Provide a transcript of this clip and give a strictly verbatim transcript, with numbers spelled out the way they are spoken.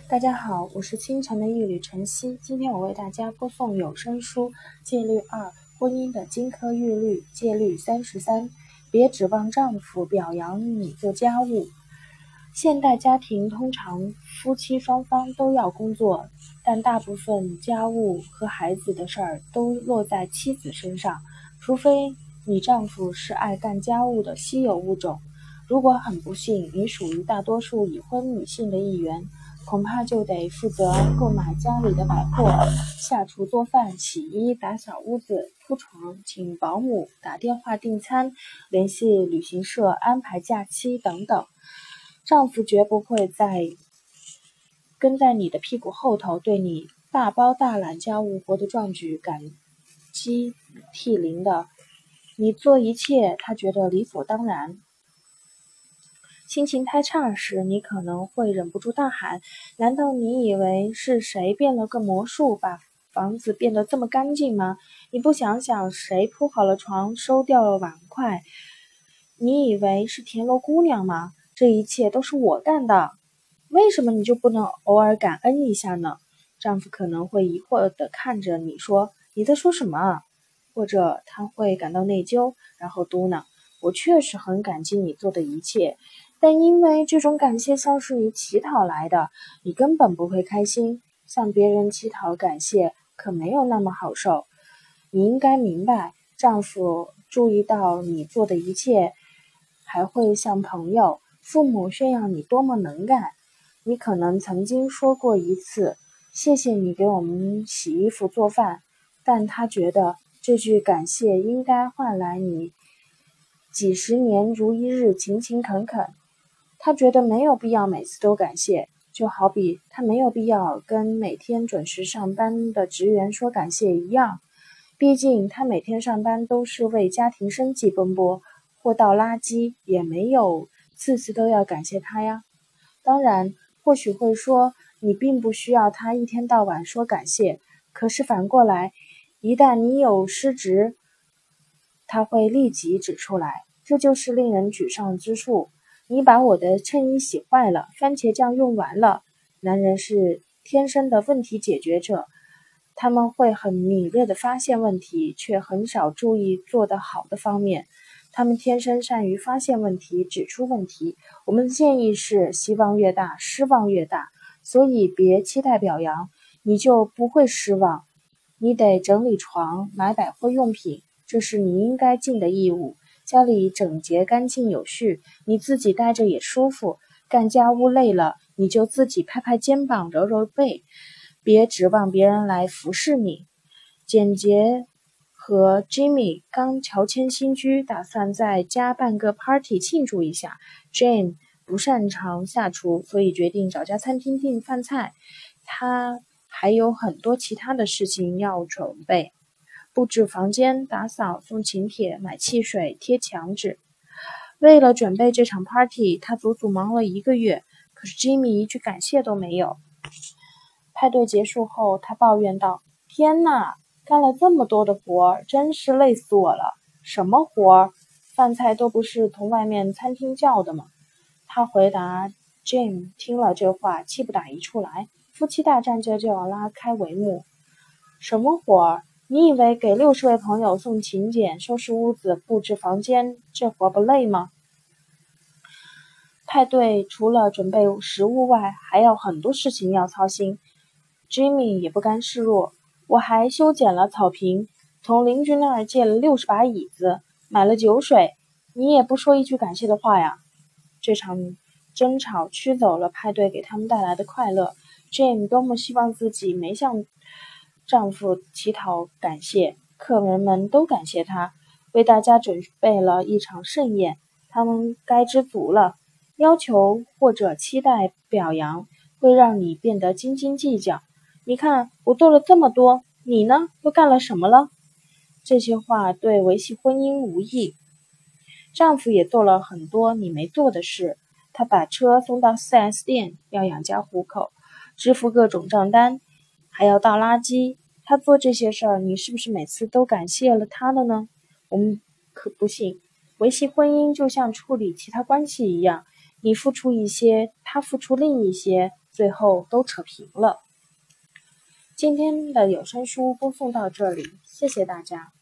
大家好，我是清晨的一缕晨曦。今天我为大家播送有声书《戒律二：婚姻的金科玉律》戒律三十三：别指望丈夫表扬你做家务。现代家庭通常夫妻双方都要工作，但大部分家务和孩子的事儿都落在妻子身上，除非你丈夫是爱干家务的稀有物种。如果很不幸，你属于大多数已婚女性的一员，恐怕就得负责购买家里的百货，下厨做饭、洗衣、打扫屋子、铺床、请保姆、打电话订餐、联系旅行社、安排假期等等。丈夫绝不会在跟在你的屁股后头，对你大包大揽家务活的壮举感激涕零的。你做一切，他觉得理所当然。心情太差时，你可能会忍不住大喊：难道你以为是谁变了个魔术，把房子变得这么干净吗？你不想想谁铺好了床，收掉了碗筷？你以为是田螺姑娘吗？这一切都是我干的，为什么你就不能偶尔感恩一下呢？丈夫可能会疑惑地看着你说：你在说什么？或者他会感到内疚，然后嘟囔：我确实很感激你做的一切，但因为这种感谢像是你乞讨来的，你根本不会开心。向别人乞讨感谢可没有那么好受。你应该明白，丈夫注意到你做的一切，还会向朋友、父母炫耀你多么能干。你可能曾经说过一次，谢谢你给我们洗衣服做饭，但他觉得这句感谢应该换来你几十年如一日勤勤恳恳。他觉得没有必要每次都感谢，就好比他没有必要跟每天准时上班的职员说感谢一样。毕竟他每天上班都是为家庭生计奔波，或倒垃圾也没有次次都要感谢他呀。当然，或许会说你并不需要他一天到晚说感谢，可是反过来，一旦你有失职，他会立即指出来，这就是令人沮丧之处。你把我的衬衣洗坏了，番茄酱用完了。男人是天生的问题解决者，他们会很敏锐地发现问题，却很少注意做得好的方面。他们天生善于发现问题，指出问题。我们的建议是，希望越大，失望越大，所以别期待表扬，你就不会失望。你得整理床，买百货用品，这是你应该尽的义务。家里整洁干净有序，你自己待着也舒服。干家务累了，你就自己拍拍肩膀，揉揉背，别指望别人来服侍你。简洁和 Jimmy 刚乔迁新居，打算在家办个 party 庆祝一下。Jane 不擅长下厨，所以决定找家餐厅订饭菜。他还有很多其他的事情要准备。布置房间、打扫、送请帖、买汽水、贴墙纸。为了准备这场 party， 他足足忙了一个月，可是 Jimmy 一句感谢都没有。派对结束后，他抱怨道：天哪，干了这么多的活，真是累死我了。什么活？饭菜都不是从外面餐厅叫的吗？他回答。Jane 听了这话，气不打一处来。夫妻大战这就要拉开帷幕。什么活？你以为给六十位朋友送请柬、收拾屋子、布置房间，这活不累吗？派对除了准备食物外，还有很多事情要操心。Jimmy 也不甘示弱，我还修剪了草坪，从邻居那儿借了六十把椅子，买了酒水，你也不说一句感谢的话呀。这场争吵驱走了派对给他们带来的快乐。Jane 多么希望自己没向丈夫乞讨感谢，客人们都感谢他，为大家准备了一场盛宴，他们该知足了。要求或者期待表扬会让你变得斤斤计较。你看，我做了这么多，你呢？又干了什么了？这些话对维系婚姻无益。丈夫也做了很多你没做的事，他把车送到 四 S 店，要养家糊口，支付各种账单，还要倒垃圾。他做这些事儿，你是不是每次都感谢了他了呢？我们可不信。维系婚姻就像处理其他关系一样，你付出一些，他付出另一些， 最后都扯平了。今天的有声书播送到这里，谢谢大家。